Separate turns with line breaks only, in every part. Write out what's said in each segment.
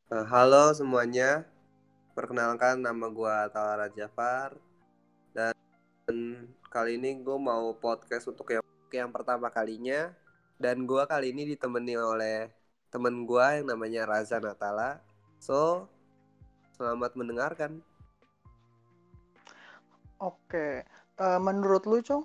Halo semuanya, perkenalkan nama gue Talara Jafar dan kali ini gue mau podcast untuk yang pertama kalinya dan gue kali ini ditemani oleh temen gue yang namanya Raza Natala. So, selamat mendengarkan.
Oke, menurut lu, Cong,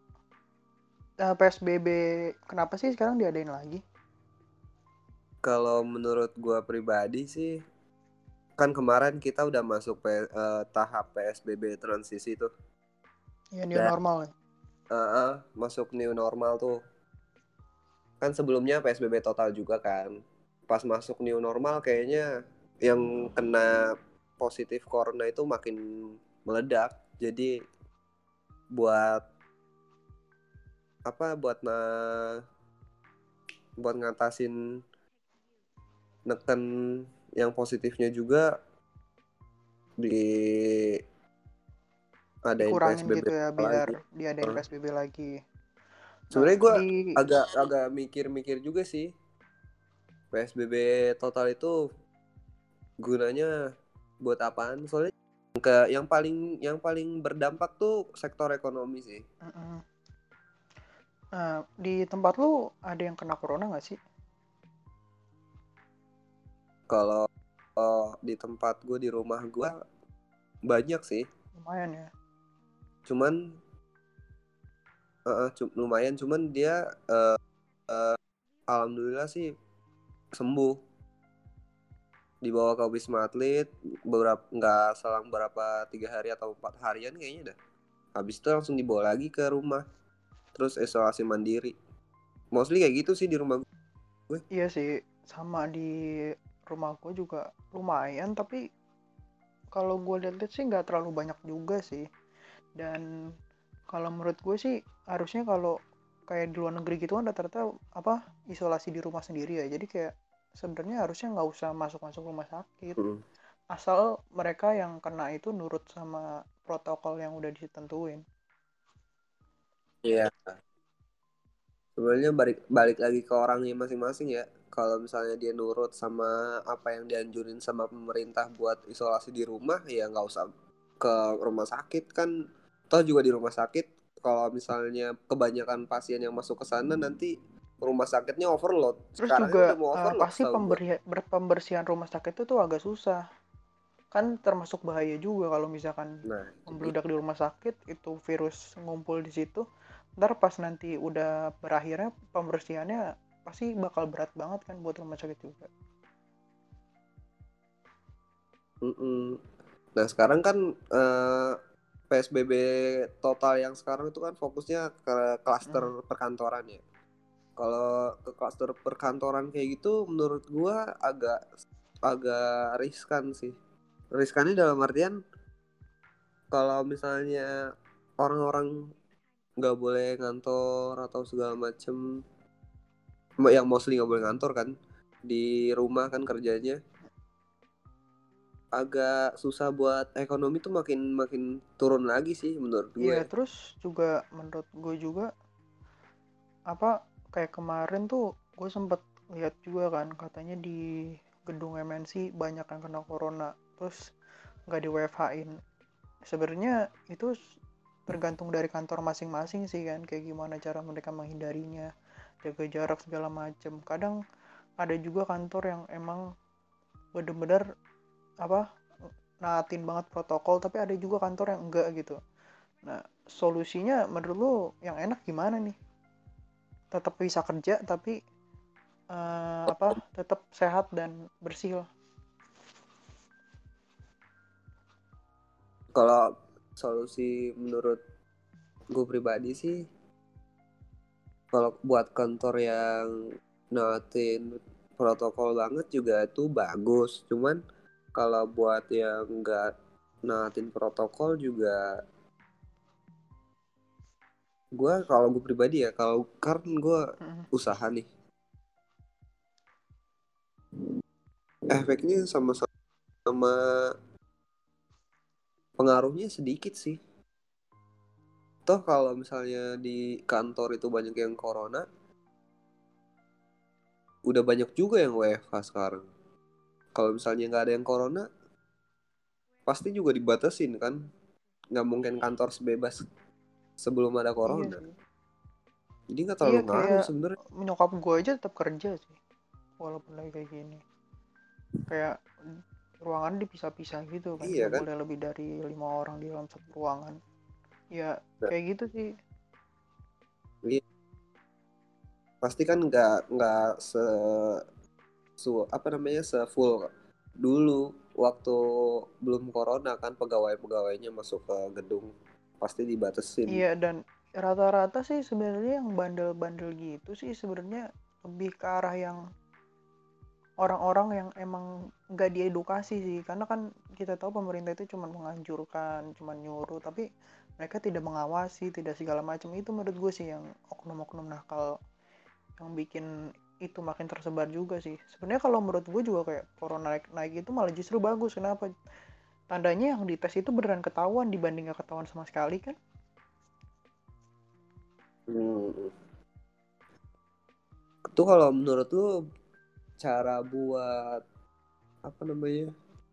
PSBB kenapa sih sekarang diadain lagi?
Kalau menurut gue pribadi sih, kan kemarin kita udah masuk tahap PSBB transisi tuh.
Ya, new
Dan
normal ya.
masuk new normal tuh. Kan sebelumnya PSBB total juga kan. Pas masuk new normal kayaknya yang kena positif corona itu makin meledak. Jadi buat apa buat ngatasin neken yang positifnya juga di adain
Dikurangin
PSBB
gitu ya, biar
lagi.
diadain
Eh,
PSBB lagi. Nah,
Sebenarnya gue
di
agak mikir-mikir juga sih, PSBB total itu gunanya buat apaan? Soalnya yang paling berdampak tuh sektor ekonomi sih.
Mm-mm. Nah, di tempat lu ada yang kena corona nggak sih?
Kalau di tempat gue, di rumah gue banyak sih.
Lumayan ya.
Cuman lumayan. Cuman dia eh, alhamdulillah sih sembuh. Dibawa ke Wisma Atlet beberapa, nggak selang berapa, 3 hari atau 4 harian kayaknya dah. Habis itu langsung dibawa lagi ke rumah. Terus isolasi mandiri. Mostly kayak gitu sih di rumah gue.
Iya sih, sama di rumah gue juga lumayan, tapi kalau gue lihat sih nggak terlalu banyak juga sih. Dan kalau menurut gue sih harusnya kalau kayak di luar negeri gitu kan rata-rata apa isolasi di rumah sendiri ya. Jadi kayak sebenarnya harusnya nggak usah masuk-masuk rumah sakit.
Mm.
Asal mereka yang kena itu nurut sama protokol yang udah ditentuin.
Iya. Sebenarnya balik balik lagi ke orangnya masing-masing ya. Kalau misalnya dia nurut sama apa yang dianjurin sama pemerintah buat isolasi di rumah, ya nggak usah ke rumah sakit kan. Toh juga di rumah sakit, kalau misalnya kebanyakan pasien yang masuk ke sana nanti rumah sakitnya overload.
Terus
Sekarang ini
juga
udah mau overload
pasti
setahu gue.
pembersihan rumah sakit itu tuh agak susah. Kan termasuk bahaya juga kalau misalkan
Nah, itu dia.
membludak di rumah sakit itu virus ngumpul di situ. Ntar pas nanti udah berakhirnya pembersihannya pasti bakal berat banget kan buat rumah sakit juga.
Mm-mm. Nah, sekarang kan PSBB total yang sekarang itu kan fokusnya ke klaster
Mm.
perkantoran ya. Kalau ke klaster perkantoran kayak gitu menurut gua agak agak riskan sih. Riskannya dalam artian kalau misalnya orang-orang nggak boleh ngantor atau segala macem, yang mostly nggak boleh ngantor kan, di rumah kan kerjanya, agak susah buat ekonomi tuh makin makin turun lagi sih menurut
Iya,
gue.
terus juga menurut gue juga apa kayak kemarin tuh gue sempet lihat juga kan katanya di gedung MNC banyak yang kena corona terus nggak di WFH-in. Sebenarnya itu tergantung dari kantor masing-masing sih kan kayak gimana cara mereka menghindarinya, jaga jarak segala macem. Kadang ada juga kantor yang emang bener-bener apa naatin banget protokol, tapi ada juga kantor yang enggak gitu. Nah, solusinya menurut lu yang enak gimana nih? Tetap bisa kerja tapi apa tetap sehat dan bersih lah.
Kalau solusi menurut gue pribadi sih, kalau buat kantor yang natin protokol banget juga itu bagus. Cuman kalau buat yang nggak natin protokol juga, kalau gue pribadi ya, kalau kan gue
Mm.
usaha nih, efeknya sama pengaruhnya sedikit sih. Toh kalau misalnya di kantor itu banyak yang corona, udah banyak juga yang WFH sekarang. Kalau misalnya nggak ada yang corona, pasti juga dibatasin kan. Nggak mungkin kantor sebebas sebelum ada
Iya
corona.
sih.
Jadi nggak
Iya
terlalu ngaruh
kayak
sebenarnya.
nyokap gue aja tetap kerja sih walaupun lagi kayak gini. Kayak ruangan dipisah-pisah gitu kan,
Iya
nggak
kan?
boleh lebih dari 5 orang di dalam satu ruangan. Ya
Nah,
kayak gitu sih.
iya. Pasti kan nggak apa namanya se full dulu waktu belum corona kan pegawai-pegawainya masuk ke gedung pasti dibatasin.
Iya, dan rata-rata sih sebenarnya yang bandel-bandel gitu sih sebenarnya lebih ke arah yang orang-orang yang emang nggak diedukasi sih, karena kan kita tahu pemerintah itu cuma menganjurkan, cuma nyuruh, tapi mereka tidak mengawasi, tidak segala macam. Itu menurut gue sih yang oknum-oknum nakal yang bikin itu makin tersebar juga sih. Sebenarnya kalau menurut gue juga kayak corona naik itu malah justru bagus. Kenapa? Tandanya yang dites itu beneran ketahuan dibanding nggak ketahuan sama sekali kan.
Hmm. Itu kalau menurut lu cara buat apa namanya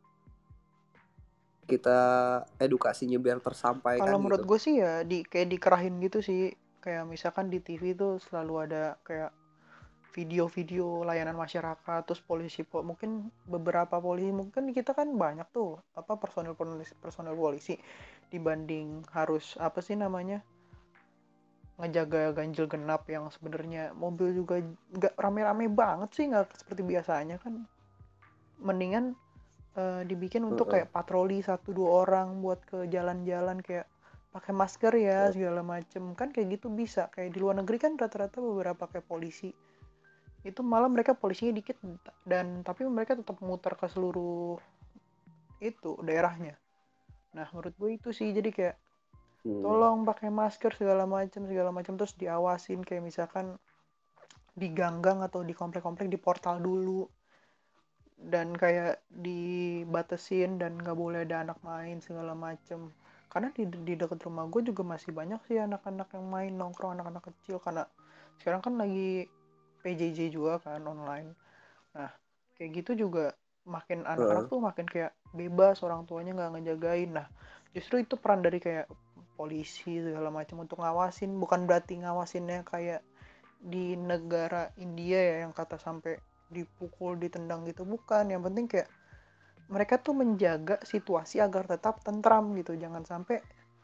kita edukasinya biar tersampaikan
Kalau menurut
gitu.
gue sih ya kayak dikerahin gitu sih. Kayak misalkan di TV tuh selalu ada kayak video-video layanan masyarakat, terus polisi mungkin beberapa polisi, mungkin kita kan banyak tuh apa personel polisi dibanding harus apa sih namanya ngejaga ganjil genap yang sebenarnya mobil juga nggak rame-rame banget sih, nggak seperti biasanya kan. Mendingan dibikin untuk
Heeh.
kayak patroli 1-2 orang buat ke jalan-jalan, kayak pakai masker ya segala macem kan, kayak gitu bisa. Kayak di luar negeri kan rata-rata beberapa kayak polisi itu malah mereka polisinya dikit, dan tapi mereka tetap muter ke seluruh itu daerahnya. Nah menurut gue itu sih, jadi kayak
Hmm.
tolong pakai masker segala macam terus diawasin, kayak misalkan di ganggang atau di komplek-komplek di portal dulu, dan kayak dibatesin dan nggak boleh ada anak main segala macem. Karena di dekat rumah gue juga masih banyak sih anak-anak yang main nongkrong, anak-anak kecil, karena sekarang kan lagi PJJ juga kan online. Nah kayak gitu juga makin anak-anak
Heeh.
tuh makin kayak bebas, orang tuanya nggak ngejagain. Nah justru itu peran dari kayak polisi segala macam untuk ngawasin. Bukan berarti ngawasinnya kayak di negara India ya yang kata sampai dipukul ditendang gitu, bukan. Yang penting kayak mereka tuh menjaga situasi agar tetap tentram gitu, jangan sampai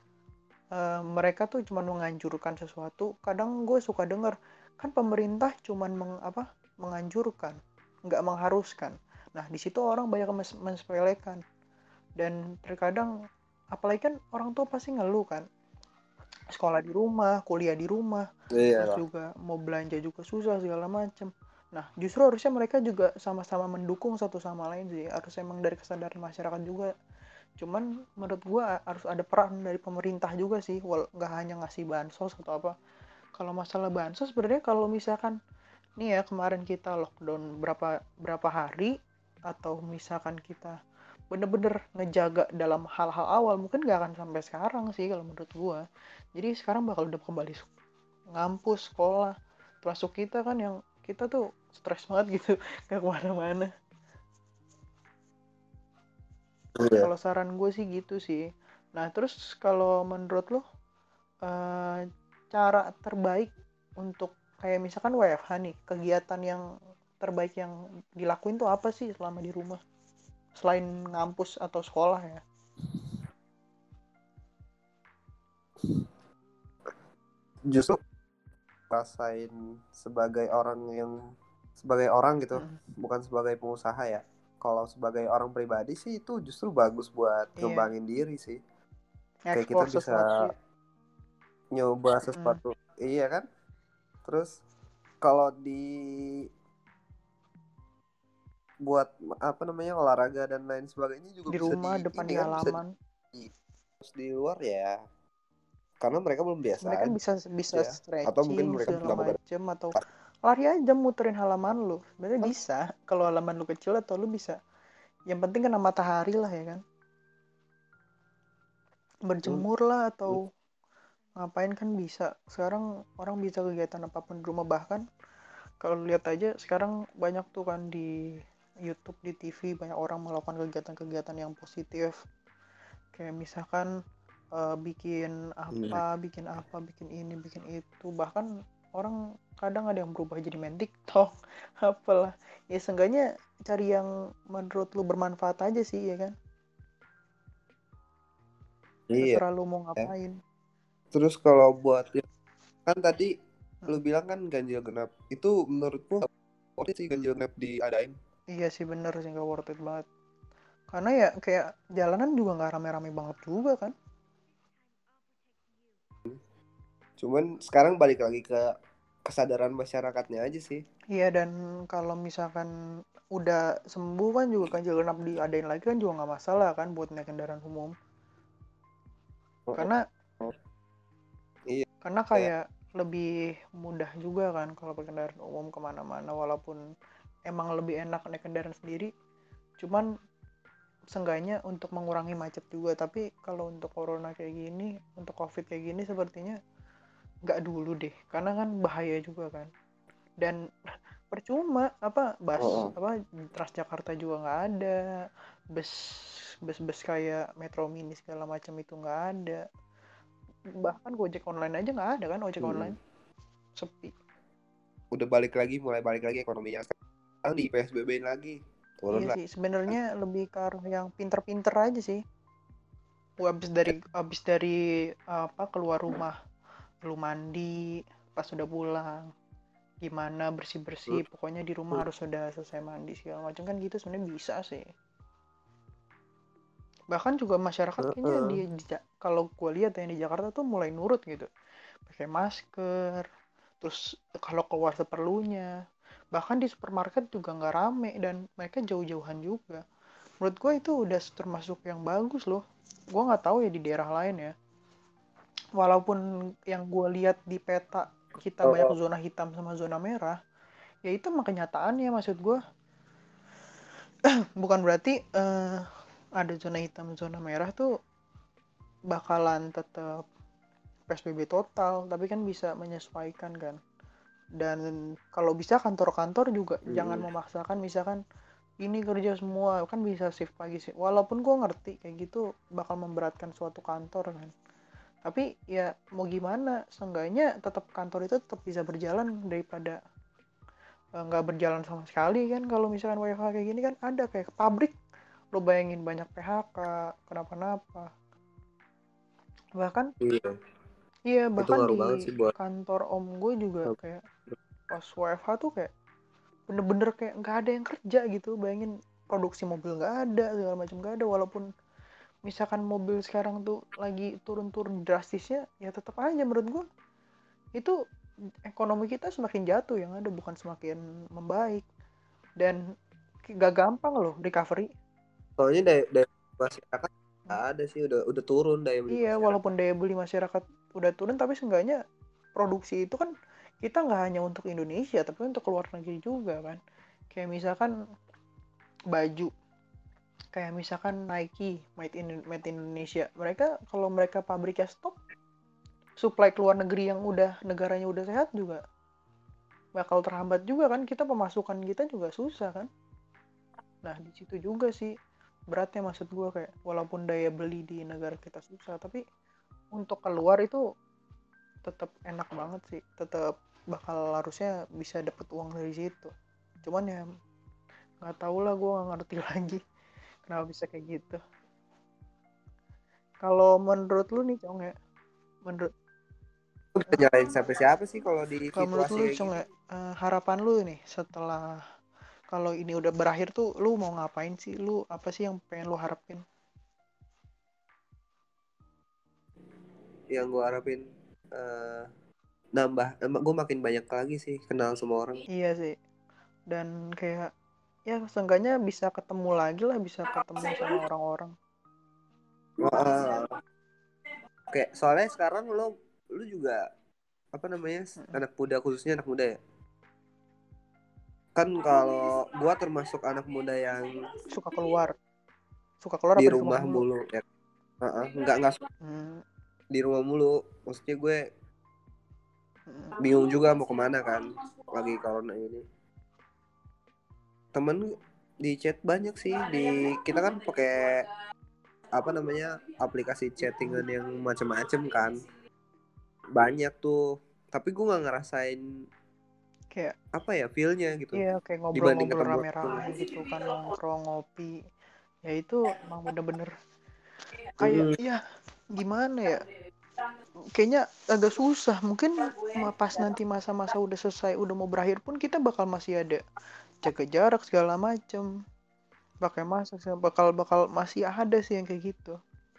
mereka tuh cuma menganjurkan sesuatu. Kadang gue suka denger kan pemerintah cuma menganjurkan, nggak mengharuskan. Nah di situ orang banyak mensepelekan, dan terkadang apalagi kan orang tua pasti ngeluh kan, sekolah di rumah, kuliah di rumah,
Iya
terus
lah.
juga mau belanja juga susah segala macem. Nah justru harusnya mereka juga sama-sama mendukung satu sama lain sih, harus emang dari kesadaran masyarakat juga. Cuman menurut gua harus ada peran dari pemerintah juga sih, nggak hanya ngasih bansos atau apa. Kalau masalah bansos sebenarnya, kalau misalkan nih ya kemarin kita lockdown berapa berapa hari, atau misalkan kita bener-bener ngejaga dalam hal-hal awal, mungkin nggak akan sampai sekarang sih kalau menurut gua. Jadi sekarang bakal udah kembali ngampus sekolah, termasuk kita kan yang kita tuh stres banget gitu nggak kemana-mana.
Iya.
Kalau saran gue sih gitu sih. Nah terus kalau menurut lo eh, cara terbaik untuk kayak misalkan WFH nih, kegiatan yang terbaik yang dilakuin tuh apa sih selama di rumah selain ngampus atau sekolah ya?
Justru rasain sebagai orang gitu,
Mm,
bukan sebagai pengusaha ya. Kalau sebagai orang pribadi sih itu justru bagus buat
iya,
ngembangin diri sih. Kayak kita
explore
bisa
sesuatu ya.
nyoba
Mm,
sesuatu, iya kan? Terus kalau buat apa namanya olahraga dan lain sebagainya juga
di
bisa
rumah depan
ini
di
kan bisa
halaman.
di luar ya. Karena mereka belum biasa
Sebenarnya kan bisa bisa
aja. Atau mungkin
stretching
mereka
segala
nggak mau gerak.
macem, atau lari aja muterin halaman lu. Sebenarnya bisa kalau halaman lu kecil, atau lu bisa, yang penting kena matahari lah ya kan,
Hmm.
berjemur lah atau ngapain kan bisa. Sekarang orang bisa kegiatan apapun di rumah, bahkan kalau lihat aja sekarang banyak tuh kan di YouTube, di TV banyak orang melakukan kegiatan-kegiatan yang positif. Kayak misalkan bikin apa, bikin ini, bikin itu. Bahkan orang kadang ada yang berubah jadi main TikTok, apalah. Ya seenggaknya cari yang menurut lu bermanfaat aja sih, ya kan?
Iya
Terserah lu mau
ya.
ngapain.
Terus kalau buat kan tadi lu
Hmm.
bilang kan ganjil genap itu menurutku oke sih ganjil genap diadain.
Iya sih bener sih, nggak worth it banget. Karena ya kayak jalanan juga nggak rame-rame banget juga kan.
Cuman sekarang balik lagi ke kesadaran masyarakatnya aja sih.
Iya, dan kalau misalkan udah sembuh kan juga ganjil genap diadain lagi kan juga nggak masalah kan buat naik kendaraan umum.
Oh,
Karena
oh. Iya
karena
ya.
kayak lebih mudah juga kan kalau pakai kendaraan umum kemana-mana, walaupun emang lebih enak naik kendaraan sendiri, cuman seenggaknya untuk mengurangi macet juga. Tapi kalau untuk corona kayak gini, untuk covid kayak gini, sepertinya nggak dulu deh, karena kan bahaya juga kan. Dan percuma apa
Oh, oh.
Transjakarta juga nggak ada, bus bus kayak Metro Mini segala macam itu nggak ada, bahkan Gojek online aja nggak ada kan, ojek
Mm-mm.
online sepi.
Udah mulai balik lagi ekonominya sekarang di PSBB lagi turun
Iya
lah.
sih, sebenarnya lebih ke arah yang pinter-pinter aja sih. Habis dari apa, keluar rumah, lu mandi, pas sudah pulang gimana bersih-bersih, pokoknya di rumah harus sudah selesai mandi segala macam kan, gitu sebenarnya bisa sih. Bahkan juga masyarakat kayaknya
Heeh.
kalau gue lihat yang di Jakarta tuh mulai nurut gitu, pakai masker, terus kalau keluar seperlunya. Bahkan di supermarket juga nggak rame dan mereka jauh-jauhan juga. Menurut gue itu udah termasuk yang bagus loh. Gue nggak tahu ya di daerah lain ya, walaupun yang gue lihat di peta kita
Oh,
banyak
oh.
zona hitam sama zona merah, ya itu mah kenyataannya. Maksud gue bukan berarti ada zona hitam zona merah tuh bakalan tetap PSBB total, tapi kan bisa menyesuaikan kan. Dan kalau bisa kantor-kantor juga jangan
Mm-mm.
memaksakan, misalkan ini kerja semua kan bisa shift pagi sih, walaupun gue ngerti kayak gitu bakal memberatkan suatu kantor kan, tapi ya mau gimana, seenggaknya tetap kantor itu tetap bisa berjalan daripada nggak berjalan sama sekali kan. Kalau misalkan WFH kayak gini kan, ada kayak pabrik, lo bayangin banyak PHK, kenapa-napa. Bahkan
Iya,
iya,
itu
bahkan
ngaruh
di
banget sih buat
kantor om gue juga kayak pas WFH tuh kayak bener-bener kayak nggak ada yang kerja gitu. Bayangin, produksi mobil nggak ada, segala macam nggak ada, walaupun misalkan mobil sekarang tuh lagi turun-turun drastisnya, ya tetap aja menurut gue itu ekonomi kita semakin jatuh yang ada, bukan semakin membaik. Dan gak gampang loh recovery.
soalnya daya masyarakat nggak ada sih, udah turun daya beli
Iya,
masyarakat.
walaupun daya beli masyarakat udah turun, tapi seenggaknya produksi itu kan kita nggak hanya untuk Indonesia, tapi untuk luar negeri juga kan. Kayak misalkan baju, kayak misalkan Nike, made in Indonesia. Mereka kalau mereka pabriknya stop, supply ke luar negeri yang udah negaranya udah sehat juga bakal terhambat juga kan. Kita pemasukan kita juga susah kan. Nah di situ juga sih beratnya, maksud gue kayak walaupun daya beli di negara kita susah, tapi untuk keluar itu tetap enak banget sih, tetap bakal harusnya bisa dapet uang dari situ. Cuman ya nggak tahu lah, gue nggak ngerti lagi kenapa bisa kayak gitu. Kalau menurut lu nih Cong ya, menurut
Lu bisa nyalain sampai siapa sih kalau di
kalau menurut
situasi
lu
kayak
Cong
gini.
ya, harapan lu nih setelah kalau ini udah berakhir tuh lu mau ngapain sih, lu apa sih yang pengen lu harapin?
Yang gue harapin nambah gue makin banyak lagi sih kenal semua orang.
Iya sih, dan kayak ya seenggaknya bisa ketemu lagi lah, bisa ketemu sama orang-orang.
Wah, kayak soalnya sekarang lu juga apa namanya,
Mm-mm.
anak muda, khususnya anak muda ya, kan kalau gua termasuk anak muda yang
suka keluar suka keluar
di
apa di rumah
rumah
mulu?
mulu ya. Nggak
Hmm.
di rumah mulu, maksudnya gue
Mm-mm.
bingung juga mau kemana kan lagi corona ini. Temen di chat banyak sih. Di kita kan pakai apa namanya aplikasi chattingan yang macam-macam kan, banyak tuh. Tapi gue nggak ngerasain
Kayak
apa ya feelnya gitu
iya kayak
dibanding
ngobrol-ngobrol
ketemu langsung.
rame-rame gitu kan, nongkrong ngopi. Ya itu emang bener-bener kayak
Mm-mm.
ya gimana ya, kayaknya agak susah. Mungkin pas nanti masa-masa udah selesai, udah mau berakhir pun kita bakal masih ada jaga jarak segala macem, pakai masker, bakal bakal masih ada sih yang kayak gitu.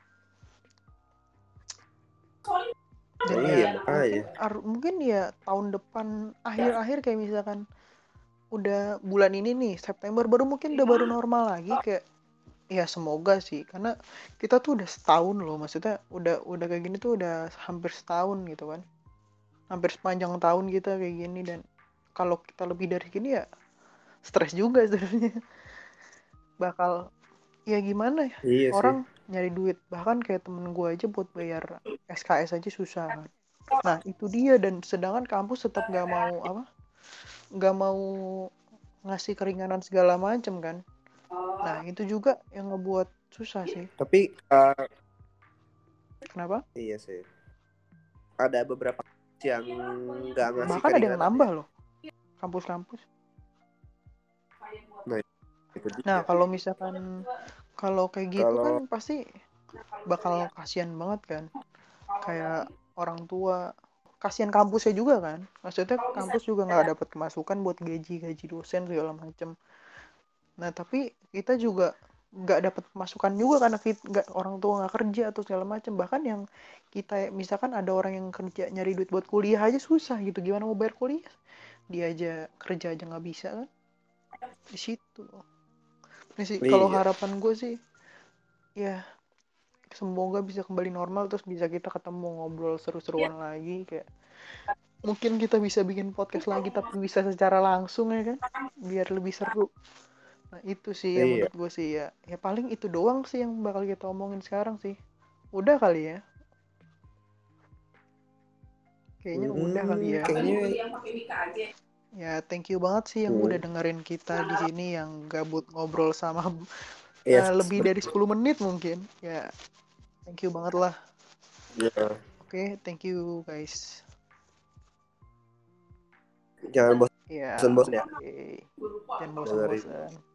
Dan
Iya
ya
makanya.
mungkin ya tahun depan akhir-akhir kayak misalkan udah bulan ini nih September baru mungkin udah baru normal lagi kayak, ya semoga sih karena kita tuh udah setahun loh, maksudnya udah kayak gini tuh udah hampir setahun gitu kan, hampir sepanjang tahun kita kayak gini. Dan kalau kita lebih dari gini ya stres juga sebenarnya. Bakal ya gimana ya,
Iya sih.
orang nyari duit bahkan kayak temen gue aja buat bayar SKS aja susah kan. Nah itu dia, dan sedangkan kampus tetap nggak mau apa, nggak mau ngasih keringanan segala macem kan. Nah itu juga yang ngebuat susah sih.
Tapi
Kenapa?
iya sih, ada beberapa yang nggak ngasih
Bahkan ada yang
keringanan
nambah
ya.
loh kampus-kampus.
Nah itu
Nah
dia.
kalau misalkan kalau kayak gitu kan
Kalau
pasti bakal kasihan banget kan, kayak orang tua, kasihan kampusnya juga kan, maksudnya kampus juga nggak dapat kemasukan buat gaji dosen segala macem. Nah tapi kita juga nggak dapat masukan juga karena kita nggak, orang tua nggak kerja atau segala macam. Bahkan yang kita misalkan ada orang yang kerja nyari duit buat kuliah aja susah gitu, gimana mau bayar kuliah, dia aja kerja aja nggak bisa kan. Di situ ini sih kalau
iya.
harapan gue sih, ya semoga bisa kembali normal terus bisa kita ketemu ngobrol seru-seruan lagi, kayak mungkin kita bisa bikin podcast lagi tapi bisa secara langsung ya kan, biar lebih seru. Nah itu sih yang
Iya.
menurut gue sih, ya ya paling itu doang sih yang bakal kita omongin sekarang sih. Udah kali ya, kayaknya udah kali ya.
Kayaknya
Ya thank you banget sih yang udah
hmm,
dengerin kita di sini yang gabut ngobrol sama
iya
lebih dari 10 menit mungkin ya. Thank you banget lah.
iya.
Oke, thank you guys.
Jangan
Ya
bosan-bosan ya
oke, jangan
dengerin.
bosan-bosan.